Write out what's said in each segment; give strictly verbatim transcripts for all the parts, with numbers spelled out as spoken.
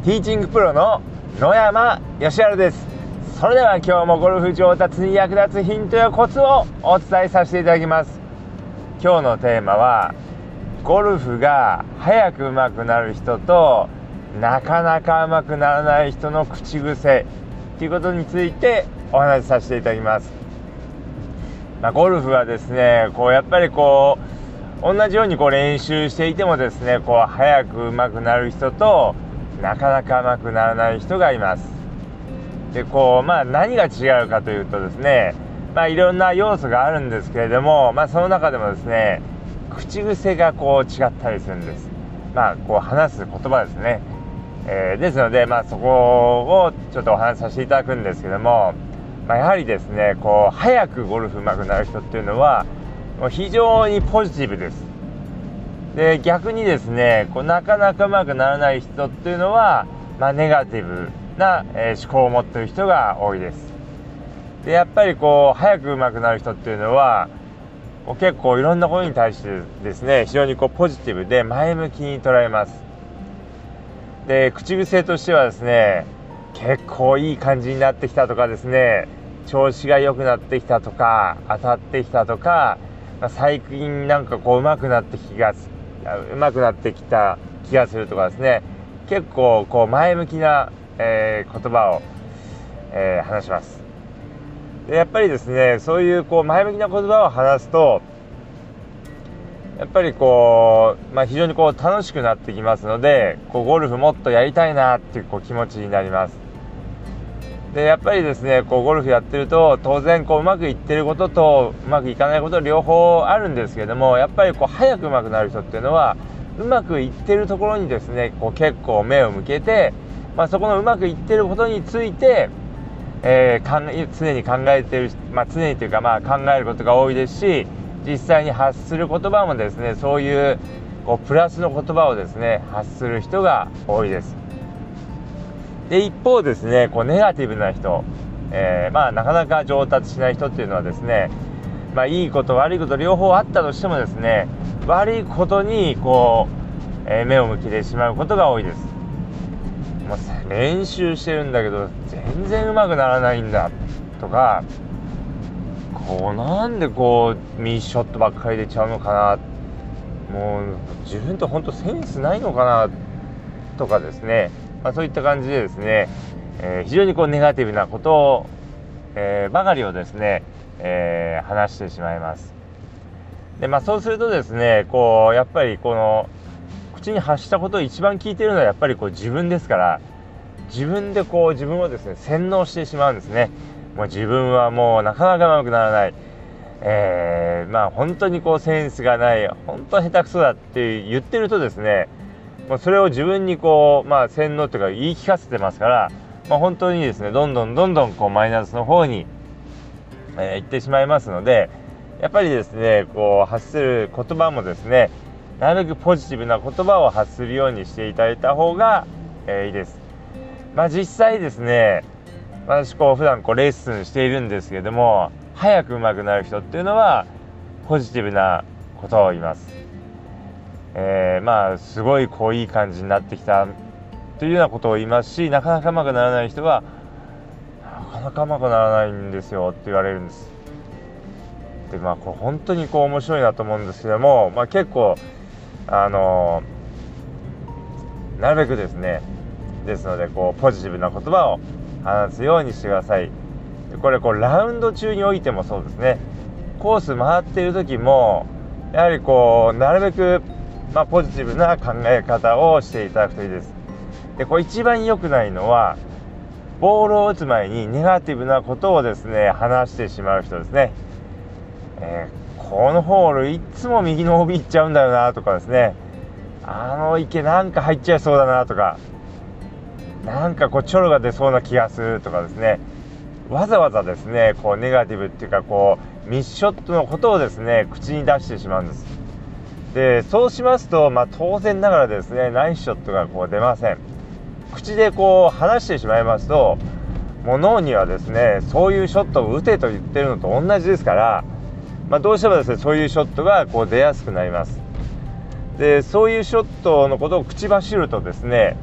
ティーチングプロの野山義晴です。それでは今日もゴルフ上達に役立つヒントやコツをお伝えさせていただきます。今日のテーマはゴルフが早く上手くなる人となかなか上手くならない人の口癖ということについてお話しさせていただきます。まあ、ゴルフはですねこうやっぱりこう同じようにこう練習していてもですねこう早く上手くなる人となかなか上手くならない人がいます。でこうまあ何が違うかというとですねまあいろんな要素があるんですけれども、まあその中でもですね口癖がこう違ったりするんです。まあこう話す言葉ですね、えー、ですのでまあそこをちょっとお話しさせていただくんですけども、まあ、やはりですねこう早くゴルフ上手くなる人っていうのはもう非常にポジティブです。で逆にですねこうなかなか上手くならない人っていうのは、まあ、ネガティブな、えー、思考を持っている人が多いです。でやっぱりこう早く上手くなる人っていうのはこう結構いろんなことに対してですね非常にこうポジティブで前向きに捉えます。で口癖としてはですね結構いい感じになってきたとかですね調子が良くなってきたとか当たってきたとか、まあ、最近なんかこう上手くなって気が上手くなってきた気がするとかですね結構こう前向きな、えー、言葉を、えー、話します。でやっぱりですねそういうこう前向きな言葉を話すとやっぱりこう、まあ、非常にこう楽しくなってきますのでこうゴルフもっとやりたいなっていうこう気持ちになります。でやっぱりですねこうゴルフやってると当然こううまくいってることとうまくいかないこと両方あるんですけれどもやっぱりこう早くうまくなる人っていうのはうまくいってるところにですねこう結構目を向けて、まあ、そこのうまくいってることについて、えー、かん常に考えてる、まあ、常にというかまあ考えることが多いですし実際に発する言葉もですねそういうこうプラスの言葉をですね発する人が多いです。で一方ですねこうネガティブな人、えー、まあなかなか上達しない人っていうのはですねまあいいこと悪いこと両方あったとしてもですね悪いことにこう、えー、目を向けてしまうことが多いです。もう練習してるんだけど全然上手くならないんだとかこうなんでこうミスショットばっかり出ちゃうのかなもう自分と本当センスないのかなとかですねまあ、そういった感じでですね、えー、非常にこうネガティブなことを、えー、ばかりをですね、えー、話してしまいます。で、まあ、そうするとですねこうやっぱりこの口に発したことを一番聞いているのはやっぱりこう自分ですから自分でこう自分をですね洗脳してしまうんですね。もう自分はもうなかなか上手くならない、えー、まあ本当にこうセンスがない本当は下手くそだって言ってるとですねもうそれを自分にこう、まあ、洗脳というか言い聞かせてますから、まあ、本当にですねどんどんどんどんこうマイナスの方に、えー、行ってしまいますのでやっぱりですねこう発する言葉もですねなるべくポジティブな言葉を発するようにしていただいた方が、えー、いいです。まあ、実際ですね私こう普段こうレッスンしているんですけれども早く上手くなる人っていうのはポジティブなことを言います。えー、まあすごいこういい感じになってきたというようなことを言いますしなかなか上手くならない人はなかなか上手くならないんですよって言われるんです。でまあこれ本当にこう面白いなと思うんですけども、まあ、結構あのー、なるべくですねですのでこうポジティブな言葉を話すようにしてください。でこれこうラウンド中においてもそうですねコース回っている時もやはりこうなるべくまあ、ポジティブな考え方をしていただくといいです。でこれ一番良くないのはボールを打つ前にネガティブなことをですね話してしまう人ですね、えー、このホールいつも右の オービー 行っちゃうんだよなとかですねあの池なんか入っちゃいそうだなとかなんかこうチョロが出そうな気がするとかですねわざわざですねこうネガティブっていうかこうミスショットのことをですね口に出してしまうんです。でそうしますと、まあ、当然ながらですねナイスショットがこう出ません。口でこう話してしまいますともう脳にはですねそういうショットを打てと言ってるのと同じですから、まあ、どうしてもですねそういうショットがこう出やすくなります。でそういうショットのことを口走るとですね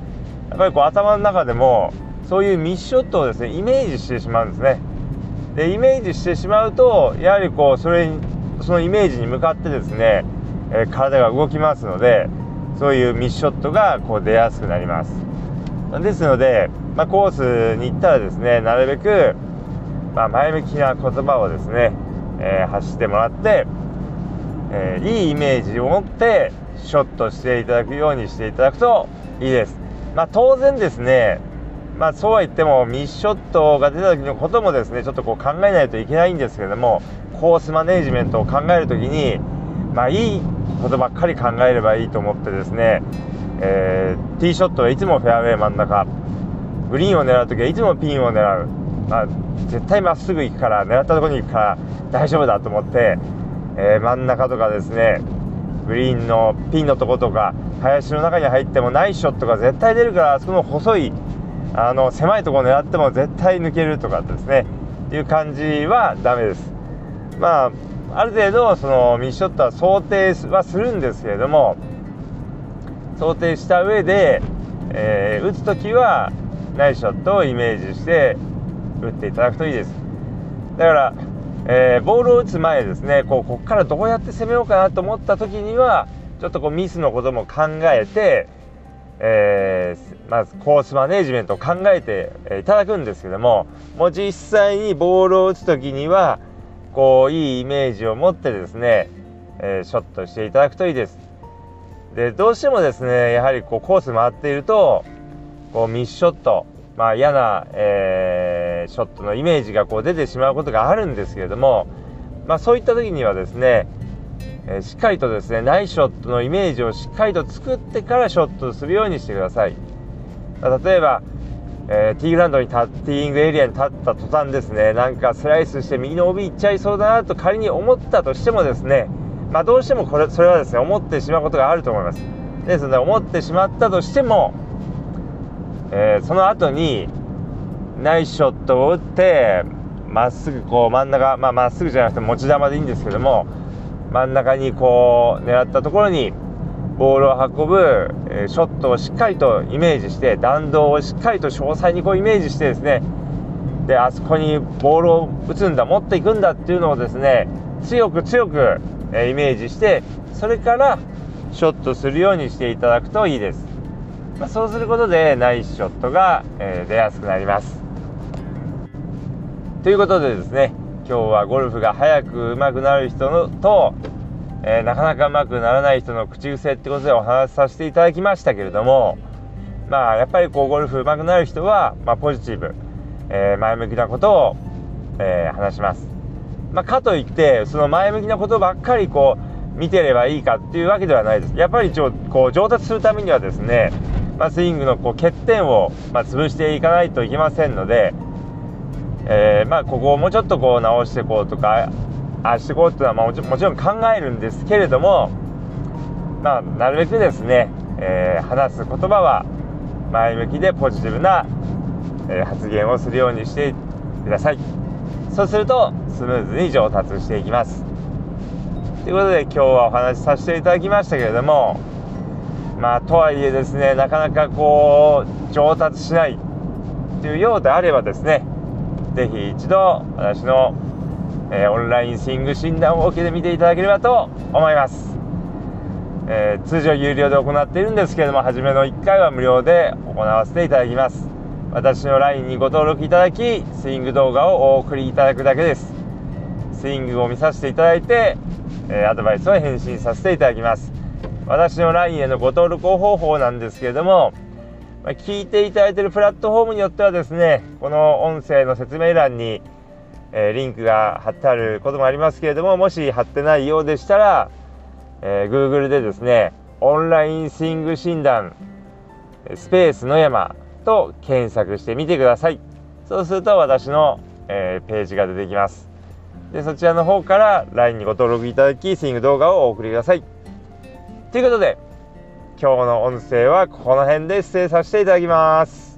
やっぱりこう頭の中でもそういうミスショットをですねイメージしてしまうんですね。でイメージしてしまうとやはりこうそれにそのイメージに向かってですね、えー、体が動きますので、そういうミスショットがこう出やすくなります。ですので、まあ、コースに行ったらですね、なるべく、まあ、前向きな言葉をですね、えー、発してもらって、えー、いいイメージを持ってショットしていただくようにしていただくといいです。まあ、当然ですね、まあ、そうは言ってもミスショットが出た時のこともですねちょっとこう考えないといけないんですけれども、コースマネージメントを考えるときに、まあ、いいことばっかり考えればいいと思ってですね、えー、ティーショットはいつもフェアウェイ真ん中、グリーンを狙うときはいつもピンを狙う、まあ、絶対まっすぐ行くから狙ったところに行くから大丈夫だと思って、えー、真ん中とかですねグリーンのピンのとことか林の中に入ってもナイスショットが絶対出るから、あそこの細いあの狭いところを狙っても絶対抜けるとかですねっていう感じはダメです。まあある程度そのミスショットは想定はするんですけれども、想定した上で、えー、打つときはナイスショットをイメージして打っていただくといいです。だから、えー、ボールを打つ前ですね、こうここからどうやって攻めようかなと思ったときにはちょっとこうミスのことも考えて、えー、まずコースマネージメントを考えていただくんですけども、もう実際にボールを打つときにはこういいイメージを持ってですね、えー、ショットしていただくといいです。でどうしてもですねやはりこうコース回っているとこうミスショット、まあ、嫌な、えー、ショットのイメージがこう出てしまうことがあるんですけれども、まあ、そういった時にはですね、えー、しっかりとですねナイスショットのイメージをしっかりと作ってからショットするようにしてください。まあ、例えばえー、ティーグラウンドに立ティーイングエリアに立った途端ですね、なんかスライスして右の オービー 行っちゃいそうだなと仮に思ったとしてもですね、まあ、どうしてもこれそれはですね思ってしまうことがあると思います。ですので思ってしまったとしても、えー、その後にナイスショットを打ってまっすぐこう真ん中、まあ、まっすぐじゃなくて持ち球でいいんですけども、真ん中にこう狙ったところにボールを運ぶ、えー、ショットをしっかりとイメージして、弾道をしっかりと詳細にこうイメージしてですね、であそこにボールを打つんだ、持っていくんだっていうのをですね強く強く、えー、イメージして、それからショットするようにしていただくといいです。まあ、そうすることでナイスショットが、えー、出やすくなります。ということでですね、今日はゴルフが早く上手くなる人のとえー、なかなかうまくならない人の口癖ってことでお話しさせていただきましたけれども、まあやっぱりこうゴルフ上手くなる人は、まあ、ポジティブ、えー、前向きなことを、えー、話します。まあ、かといってその前向きなことばっかりこう見てればいいかっていうわけではないです。やっぱりこう上達するためにはですね、まあ、スイングのこう欠点を、まあ、潰していかないといけませんので、えー、まあここをもうちょっとこう直していこうとかあしていこうっていうのは、まあ、もちろん、もちろん考えるんですけれども、まあ、なるべくですね、えー、話す言葉は前向きでポジティブな、えー、発言をするようにしてください。そうするとスムーズに上達していきます。ということで今日はお話しさせていただきましたけれども、まあとはいえですね、なかなかこう上達しないというようであればですね、ぜひ一度私のえー、オンラインスイング診断を受けてみていただければと思います。えー、通常有料で行っているんですけれども、初めのいっかいは無料で行わせていただきます。私の ライン にご登録いただき、スイング動画をお送りいただくだけです。スイングを見させていただいて、えー、アドバイスを返信させていただきます。私の ライン へのご登録方法なんですけれども、まあ、聞いていただいているプラットフォームによってはですね、この音声の説明欄にえー、リンクが貼ってあることもありますけれども、もし貼ってないようでしたら、えー、Google でですねオンラインスイング診断スペース野山と検索してみてください。そうすると私の、えー、ページが出てきます。でそちらの方から ライン にご登録いただき、スイング動画をお送りください。ということで今日の音声はこの辺で失礼させていただきます。